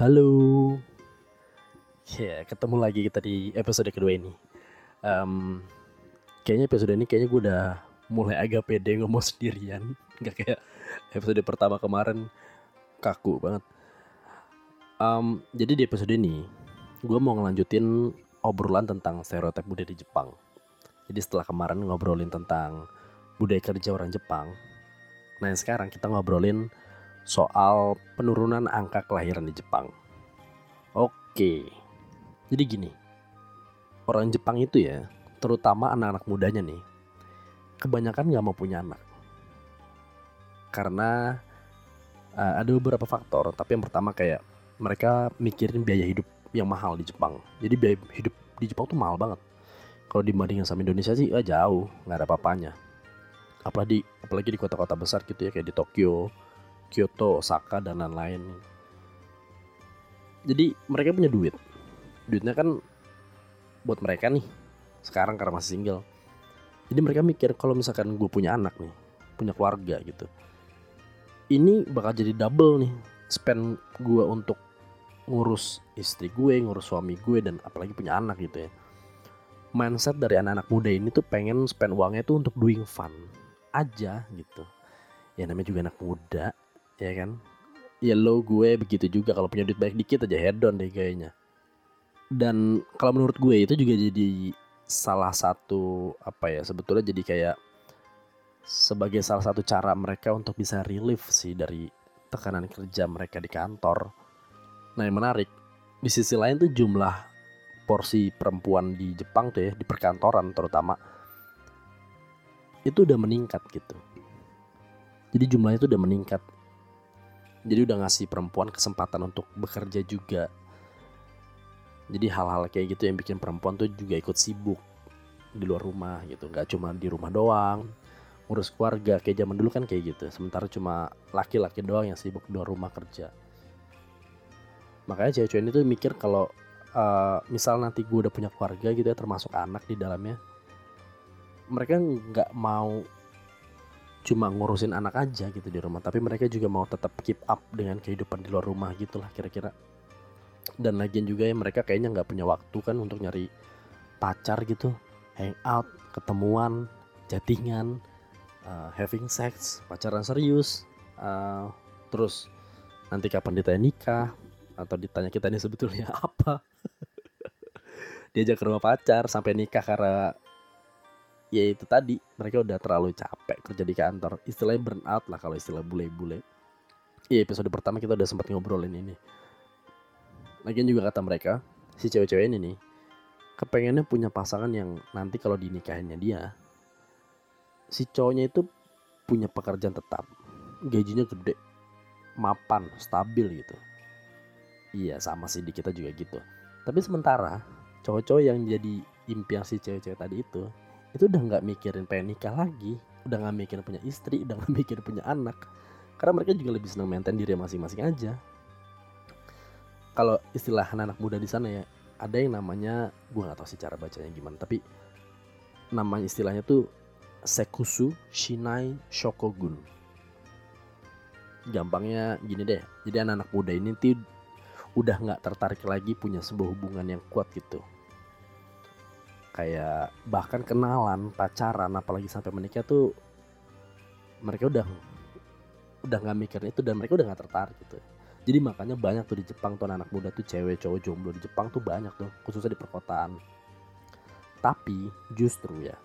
Halo, ya ketemu lagi kita di episode kedua ini. Em, Kayaknya episode ini gue udah mulai agak pede ngomong sendirian, nggak kayak episode pertama kemarin kaku banget. Jadi di episode ini gue mau ngelanjutin obrolan tentang stereotip budaya di Jepang. Jadi setelah kemarin ngobrolin tentang budaya kerja orang Jepang, nah yang sekarang kita ngobrolin soal penurunan angka kelahiran di Jepang. Oke, jadi gini. Orang Jepang itu ya, terutama anak-anak mudanya nih, kebanyakan nggak mau punya anak. Karena ada beberapa faktor, tapi yang pertama kayak mereka mikirin biaya hidup yang mahal di Jepang. Jadi biaya hidup di Jepang tuh mahal banget. Kalau dibandingin sama Indonesia sih jauh, nggak ada apa-apanya. Apalagi di kota-kota besar gitu ya, kayak di Tokyo, Kyoto, Osaka, dan lain-lain. Jadi mereka punya duit. Duitnya kan buat mereka nih, sekarang karena masih single. Jadi mereka mikir kalau misalkan gue punya anak nih, punya keluarga gitu, ini bakal jadi double nih spend gue untuk ngurus istri gue, ngurus suami gue, dan apalagi punya anak gitu ya. Mindset dari anak-anak muda ini tuh pengen spend uangnya tuh untuk doing fun aja gitu. Ya namanya juga anak muda, ya kan. Ya lo gue begitu juga, kalau punya duit banyak dikit aja hedon deh kayaknya. Dan kalau menurut gue itu juga jadi salah satu sebetulnya jadi kayak sebagai salah satu cara mereka untuk bisa relief sih dari tekanan kerja mereka di kantor. Nah yang menarik, di sisi lain tuh jumlah porsi perempuan di Jepang tuh ya, di perkantoran terutama, itu udah meningkat gitu. Jadi jumlahnya tuh udah meningkat. Jadi udah ngasih perempuan kesempatan untuk bekerja juga. Jadi hal-hal kayak gitu yang bikin perempuan tuh juga ikut sibuk di luar rumah gitu. Gak cuma di rumah doang, ngurus keluarga kayak zaman dulu kan kayak gitu. Sementara cuma laki-laki doang yang sibuk di luar rumah kerja. Makanya cewek-cewek ini tuh mikir kalau misal nanti gue udah punya keluarga gitu ya, termasuk anak di dalamnya, mereka nggak mau cuma ngurusin anak aja gitu di rumah, tapi mereka juga mau tetap keep up dengan kehidupan di luar rumah gitulah kira-kira. Dan lagian juga ya mereka kayaknya nggak punya waktu kan untuk nyari pacar gitu, hang out, ketemuan, chattingan, having sex, pacaran serius, terus nanti kapan ditanya nikah, atau ditanya kita ini sebetulnya apa, diajak ke rumah pacar sampai nikah karena ya itu tadi mereka udah terlalu capek kerja di kantor, istilahnya burn out lah kalau istilah bule-bule. Iya, episode pertama kita udah sempat ngobrolin ini. Lagian juga kata mereka, si cewek-cewek ini nih kepengennya punya pasangan yang nanti kalau dinikahinnya dia, si cowoknya itu punya pekerjaan tetap, gajinya gede, mapan, stabil gitu. Iya sama sih di kita juga gitu. Tapi sementara cowok-cowok yang jadi impian si cewek-cewek tadi itu udah nggak mikirin pengen nikah lagi, udah nggak mikirin punya istri, udah nggak mikirin punya anak, karena mereka juga lebih senang maintain diri masing-masing aja. Kalau istilah anak muda di sana ya, ada yang namanya, gue nggak tahu sih cara bacanya gimana, tapi namanya istilahnya tuh Sekusu Shinai Shokogun. Gampangnya gini deh, jadi anak-anak muda ini tuh udah nggak tertarik lagi punya sebuah hubungan yang kuat gitu. Kayak bahkan kenalan, pacaran, apalagi sampai menikah tuh mereka udah nggak mikirin itu, dan mereka udah nggak tertarik gitu. Jadi makanya banyak tuh di Jepang tuh anak muda tuh, cewek cowok jomblo di Jepang tuh banyak tuh, khususnya di perkotaan. Tapi justru ya,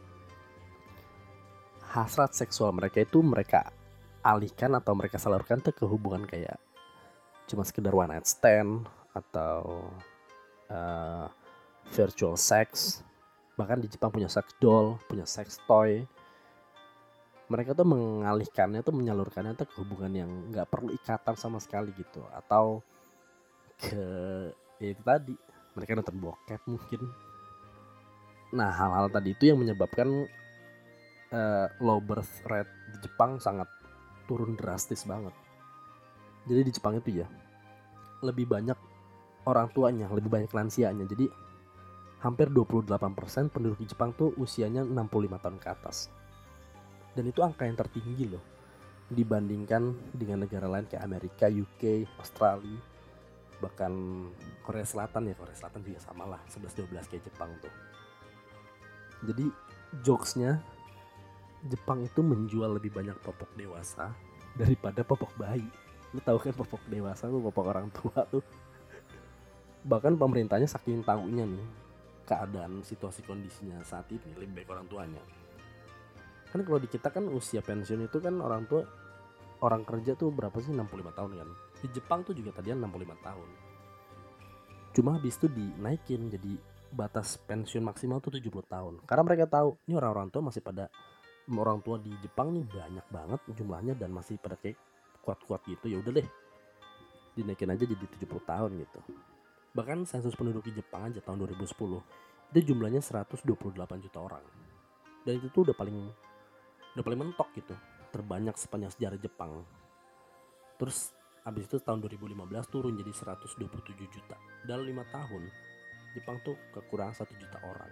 hasrat seksual mereka itu mereka alihkan atau mereka salurkan tuh ke hubungan kayak cuma sekedar one night stand atau uh, virtual sex. Bahkan di Jepang punya sex doll, punya sex toy. Mereka tuh mengalihkannya tuh, menyalurkannya tuh ke hubungan yang nggak perlu ikatan sama sekali gitu, atau ke ya itu tadi, mereka nonton bokep mungkin. Nah hal-hal tadi itu yang menyebabkan low birth rate di Jepang sangat turun drastis banget. Jadi di Jepang itu ya lebih banyak orang tuanya, lebih banyak lansianya. Jadi hampir 28% penduduk di Jepang tuh usianya 65 tahun ke atas. Dan itu angka yang tertinggi loh dibandingkan dengan negara lain kayak Amerika, UK, Australia, bahkan Korea Selatan juga sama lah 11-12 kayak Jepang tuh. Jadi jokesnya Jepang itu menjual lebih banyak popok dewasa daripada popok bayi. Lu tahu kan popok dewasa tuh popok orang tua tuh. Bahkan pemerintahnya saking tahunya nih keadaan situasi kondisinya saat ini lebih baik orang tuanya. Kan kalau di kita kan usia pensiun itu kan orang kerja tuh berapa sih, 65 tahun kan. Di Jepang tuh juga tadinya 65 tahun. Cuma habis itu dinaikin jadi batas pensiun maksimal tuh 70 tahun. Karena mereka tahu ini orang-orang tua orang tua di Jepang nih banyak banget jumlahnya dan masih pada kayak kuat-kuat gitu. Ya udah deh, dinaikin aja jadi 70 tahun gitu. Bahkan sensus penduduk di Jepang aja tahun 2010 itu jumlahnya 128 juta orang. Dan itu tuh udah paling mentok gitu, terbanyak sepanjang sejarah Jepang. Terus abis itu tahun 2015 turun jadi 127 juta. Dalam 5 tahun Jepang tuh kekurangan 1 juta orang.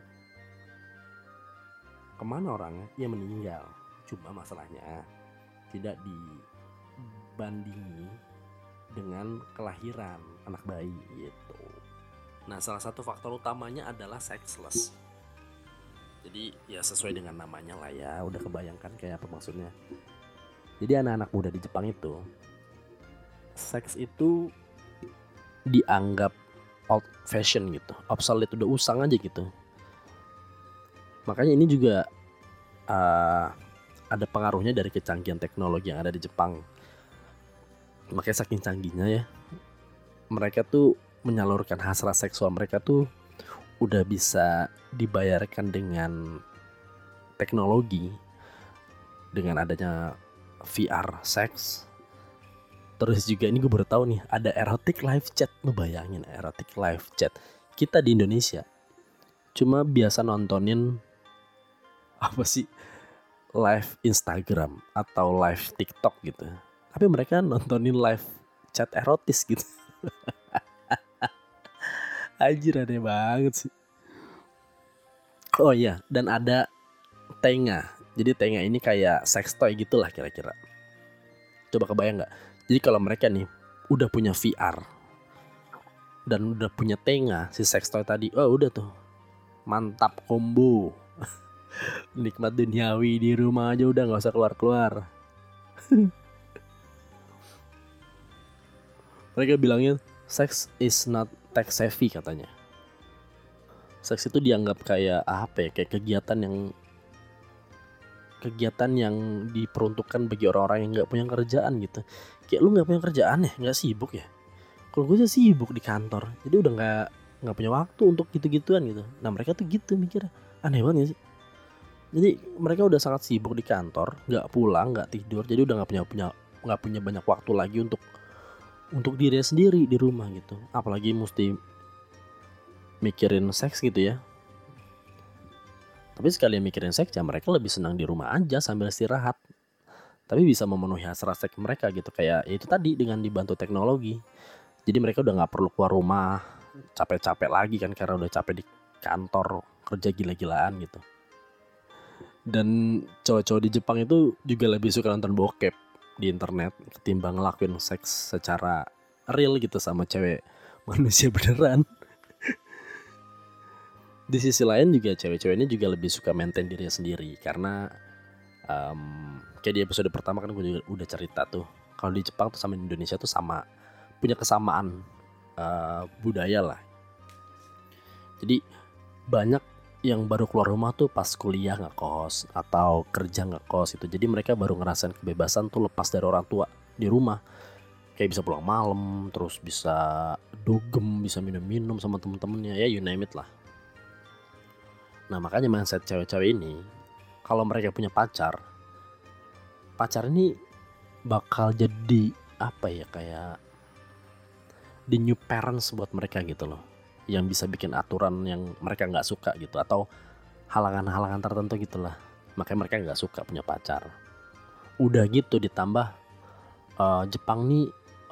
Kemana orangnya? Ya meninggal. Cuma masalahnya tidak dibandingi dengan kelahiran anak bayi gitu. Nah, salah satu faktor utamanya adalah sexless. Jadi ya sesuai dengan namanya lah ya, udah kebayangkan kayak apa maksudnya. Jadi anak-anak muda di Jepang itu, seks itu dianggap old fashion gitu, obsolete, udah usang aja gitu. Makanya ini juga ada pengaruhnya dari kecanggihan teknologi yang ada di Jepang. Makanya saking canggihnya ya, mereka tuh menyalurkan hasrat seksual mereka tuh udah bisa dibayarkan dengan teknologi, dengan adanya VR seks. Terus juga ini gue baru tahu nih, ada erotic live chat. Lu bayangin erotic live chat. Kita di Indonesia cuma biasa nontonin apa sih, live Instagram atau live TikTok gitu. Tapi mereka nontonin live chat erotis gitu. Anjir, aneh banget sih. Oh iya, dan ada Tenga. Jadi Tenga ini kayak sextoy gitulah kira-kira. Coba kebayang gak? Jadi kalau mereka nih udah punya VR dan udah punya Tenga, si sextoy tadi, oh udah tuh mantap combo. Nikmat duniawi di rumah aja udah gak usah keluar-keluar. Mereka bilangnya sex is not tech savvy katanya. Seks itu dianggap kayak apa ya, kayak kegiatan yang diperuntukkan bagi orang-orang yang gak punya kerjaan gitu. Kayak lu gak punya kerjaan ya, gak sibuk ya. Kalau gue sih sibuk di kantor, jadi udah gak punya waktu untuk gitu-gituan gitu. Nah mereka tuh gitu mikirnya, aneh banget ya sih. Jadi mereka udah sangat sibuk di kantor, gak pulang, gak tidur, jadi udah gak punya banyak waktu lagi untuk diri sendiri di rumah gitu. Apalagi mesti mikirin seks gitu ya. Tapi sekali mikirin seks ya mereka lebih senang di rumah aja sambil istirahat. Tapi bisa memenuhi hasrat seks mereka gitu. Kayak ya itu tadi, dengan dibantu teknologi. Jadi mereka udah gak perlu keluar rumah capek-capek lagi kan, karena udah capek di kantor kerja gila-gilaan gitu. Dan cowok-cowok di Jepang itu juga lebih suka nonton bokep di internet ketimbang ngelakuin seks secara real gitu sama cewek manusia beneran. Di sisi lain juga cewek-cewek ini juga lebih suka maintain dirinya sendiri. Karena kayak di episode pertama kan gue juga udah cerita tuh, kalau di Jepang tuh sama Indonesia tuh sama, punya kesamaan budaya lah. Jadi banyak yang baru keluar rumah tuh pas kuliah ngekos atau kerja ngekos itu. Jadi mereka baru ngerasain kebebasan tuh lepas dari orang tua di rumah. Kayak bisa pulang malam, terus bisa dugem, bisa minum-minum sama temen-temennya, ya you name it lah. Nah makanya mindset cewek-cewek ini, kalau mereka punya pacar ini bakal jadi apa ya, kayak the new parents buat mereka gitu loh, yang bisa bikin aturan yang mereka nggak suka gitu, atau halangan-halangan tertentu gitulah. Makanya mereka nggak suka punya pacar. Udah gitu ditambah Jepang nih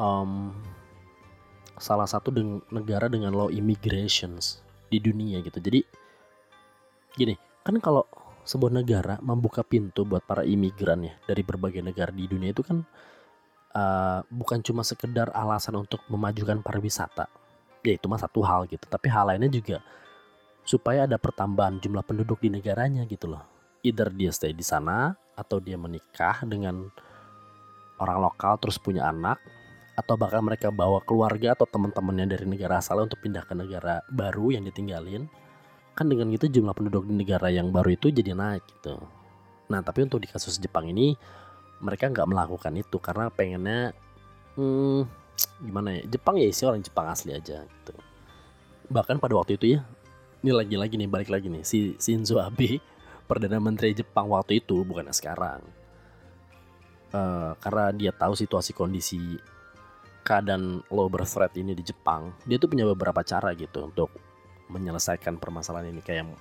salah satu negara dengan low immigrations di dunia gitu. Jadi gini, kan kalau sebuah negara membuka pintu buat para imigran ya dari berbagai negara di dunia itu kan bukan cuma sekedar alasan untuk memajukan pariwisata, ya itu mah satu hal gitu, tapi hal lainnya juga supaya ada pertambahan jumlah penduduk di negaranya gitu loh. Either dia stay di sana atau dia menikah dengan orang lokal terus punya anak, atau bahkan mereka bawa keluarga atau teman-temannya dari negara asal untuk pindah ke negara baru yang ditinggalin. Kan dengan gitu jumlah penduduk di negara yang baru itu jadi naik gitu. Nah tapi untuk di kasus Jepang ini mereka nggak melakukan itu karena pengennya gimana ya, Jepang ya isi orang Jepang asli aja gitu. Bahkan pada waktu itu ya, ini lagi-lagi nih, balik lagi nih, si Shinzo Abe, Perdana Menteri Jepang waktu itu, bukan sekarang. Karena dia tahu situasi kondisi keadaan low birth rate ini di Jepang, dia tuh punya beberapa cara gitu untuk menyelesaikan permasalahan ini. Kayak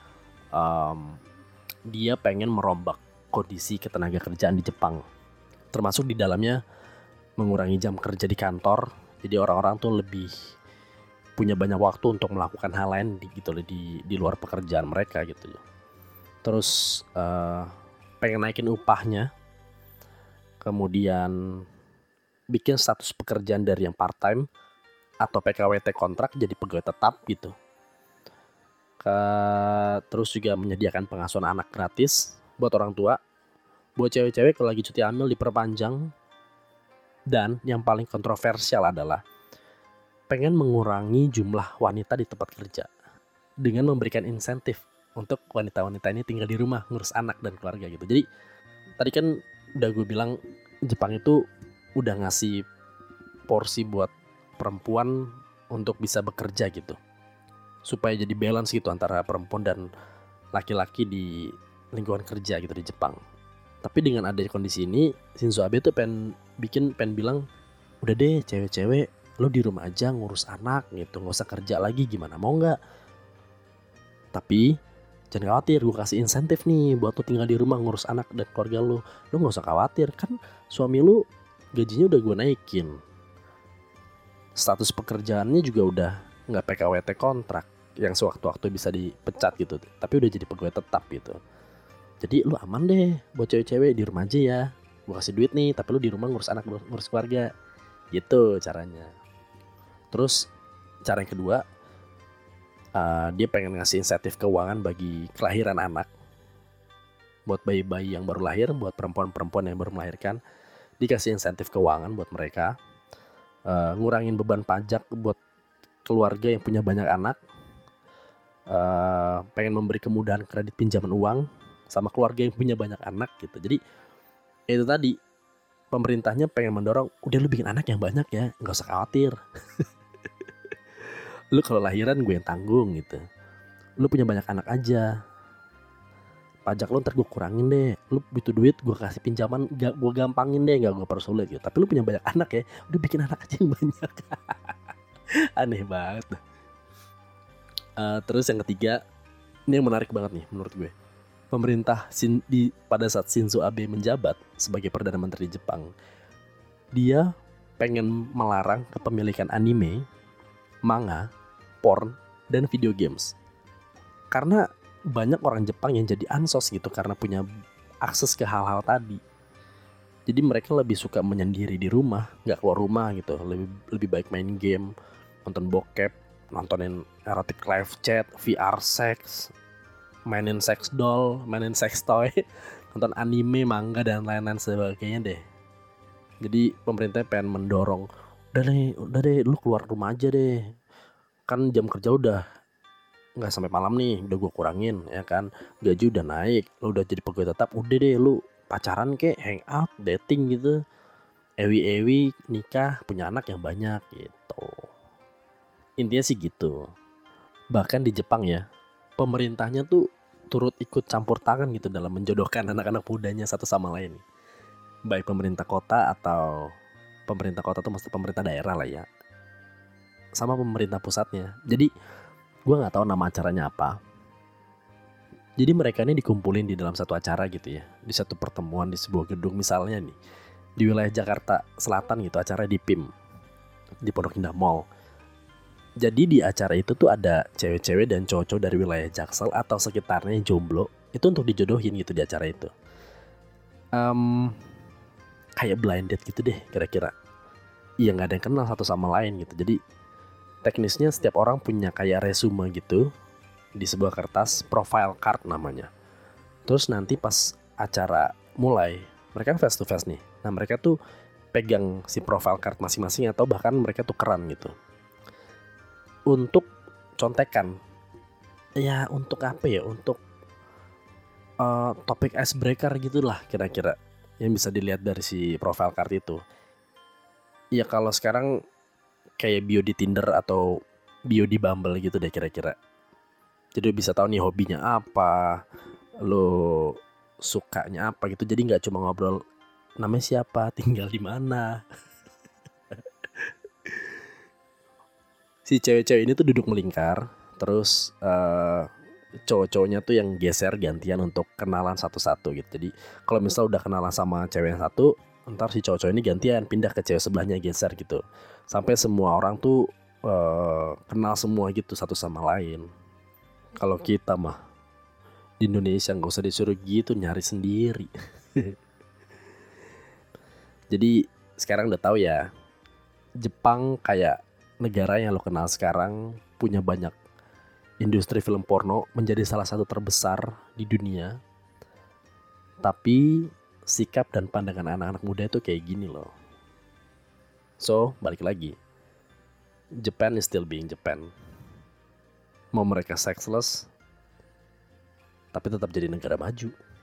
dia pengen merombak kondisi ketenaga kerjaan di Jepang, termasuk di dalamnya mengurangi jam kerja di kantor. Jadi orang-orang tuh lebih punya banyak waktu untuk melakukan hal lain di luar pekerjaan mereka gitu. Terus pengen naikin upahnya, kemudian bikin status pekerjaan dari yang part time atau PKWT kontrak jadi pegawai tetap gitu. Terus juga menyediakan pengasuhan anak gratis buat orang tua, buat cewek-cewek kalau lagi cuti hamil diperpanjang. Dan yang paling kontroversial adalah pengen mengurangi jumlah wanita di tempat kerja dengan memberikan insentif untuk wanita-wanita ini tinggal di rumah ngurus anak dan keluarga gitu. Jadi tadi kan udah gue bilang Jepang itu udah ngasih porsi buat perempuan untuk bisa bekerja gitu, supaya jadi balance gitu antara perempuan dan laki-laki di lingkungan kerja gitu di Jepang. Tapi dengan adanya kondisi ini, Shinzo Abe tuh pengen bilang, udah deh cewek-cewek lo di rumah aja ngurus anak gitu, gak usah kerja lagi, gimana mau gak? Tapi jangan khawatir, gue kasih insentif nih buat lo tinggal di rumah ngurus anak dan keluarga lo. Lo gak usah khawatir, kan suami lo gajinya udah gue naikin, status pekerjaannya juga udah gak PKWT kontrak yang sewaktu-waktu bisa dipecat gitu, tapi udah jadi pegawai tetap gitu. Jadi lu aman deh buat cewek-cewek di rumah aja ya, gue kasih duit nih, tapi lu di rumah ngurus anak, ngurus keluarga gitu caranya. Terus cara yang kedua, dia pengen ngasih insentif keuangan bagi kelahiran anak, buat bayi-bayi yang baru lahir, buat perempuan-perempuan yang baru melahirkan, dikasih insentif keuangan buat mereka. Ngurangin beban pajak buat keluarga yang punya banyak anak. Pengen memberi kemudahan kredit pinjaman uang sama keluarga yang punya banyak anak gitu. Jadi itu tadi, pemerintahnya pengen mendorong, udah lu bikin anak yang banyak ya, gak usah khawatir. Lu kalau lahiran gue yang tanggung gitu. Lu punya banyak anak aja, pajak lu ntar gue kurangin deh. Lu butuh duit gue kasih pinjaman, gue gampangin deh, gak gue persulit gitu. Tapi lu punya banyak anak ya, udah bikin anak aja yang banyak. Aneh banget. Terus yang ketiga, ini yang menarik banget nih menurut gue. Pemerintah pada saat Shinzo Abe menjabat sebagai Perdana Menteri Jepang, dia pengen melarang kepemilikan anime, manga, porn, dan video games. Karena banyak orang Jepang yang jadi ansos gitu karena punya akses ke hal-hal tadi. Jadi mereka lebih suka menyendiri di rumah, gak keluar rumah gitu. Lebih baik main game, nonton bokep, nontonin erotic live chat, VR sex, mainin sex doll, mainin sex toy, nonton anime, manga, dan lain-lain sebagainya deh. Jadi pemerintah pengen mendorong, udah deh lu keluar rumah aja deh, kan jam kerja udah nggak sampai malam nih, udah gue kurangin ya kan, gaji udah naik, lu udah jadi pegawai tetap, udah deh lu pacaran kek, hang out, dating gitu, ewi nikah, punya anak yang banyak gitu. Intinya sih gitu. Bahkan di Jepang ya, pemerintahnya tuh turut ikut campur tangan gitu dalam menjodohkan anak-anak mudanya satu sama lain. Baik pemerintah kota tuh mesti pemerintah daerah lah ya, sama pemerintah pusatnya. Jadi gue nggak tahu nama acaranya apa. Jadi mereka ini dikumpulin di dalam satu acara gitu ya, di satu pertemuan di sebuah gedung, misalnya nih di wilayah Jakarta Selatan gitu, acara di PIM, di Pondok Indah Mall. Jadi di acara itu tuh ada cewek-cewek dan cowok-cowok dari wilayah Jaksel atau sekitarnya yang jomblo, itu untuk dijodohin gitu di acara itu. kayak blind date gitu deh kira-kira. Iya, nggak ada yang kenal satu sama lain gitu. Jadi teknisnya setiap orang punya kayak resume gitu di sebuah kertas, profile card namanya. Terus nanti pas acara mulai, mereka face to face nih. Nah mereka tuh pegang si profile card masing-masing atau bahkan mereka tukeran gitu. Untuk contekan. Ya untuk apa ya? Untuk topik icebreaker gitulah kira-kira yang bisa dilihat dari si profile card itu. Ya kalau sekarang kayak bio di Tinder atau bio di Bumble gitu deh kira-kira. Jadi bisa tahu nih hobinya apa, lo sukanya apa gitu. Jadi nggak cuma ngobrol namanya siapa, tinggal di mana. Si cewek-cewek ini tuh duduk melingkar, terus cowok-cowoknya tuh yang geser gantian untuk kenalan satu-satu gitu. Jadi kalau misal udah kenalan sama cewek yang satu, ntar si cowok-cowok ini gantian pindah ke cewek sebelahnya geser gitu. Sampai semua orang tuh kenal semua gitu satu sama lain. Kalau kita mah di Indonesia nggak usah disuruh gitu, nyari sendiri. Jadi sekarang udah tahu ya, Jepang kayak negara yang lo kenal sekarang punya banyak industri film porno, menjadi salah satu terbesar di dunia. Tapi sikap dan pandangan anak-anak muda itu kayak gini loh. So balik lagi, Japan is still being Japan. Mau mereka sexless, tapi tetap jadi negara maju.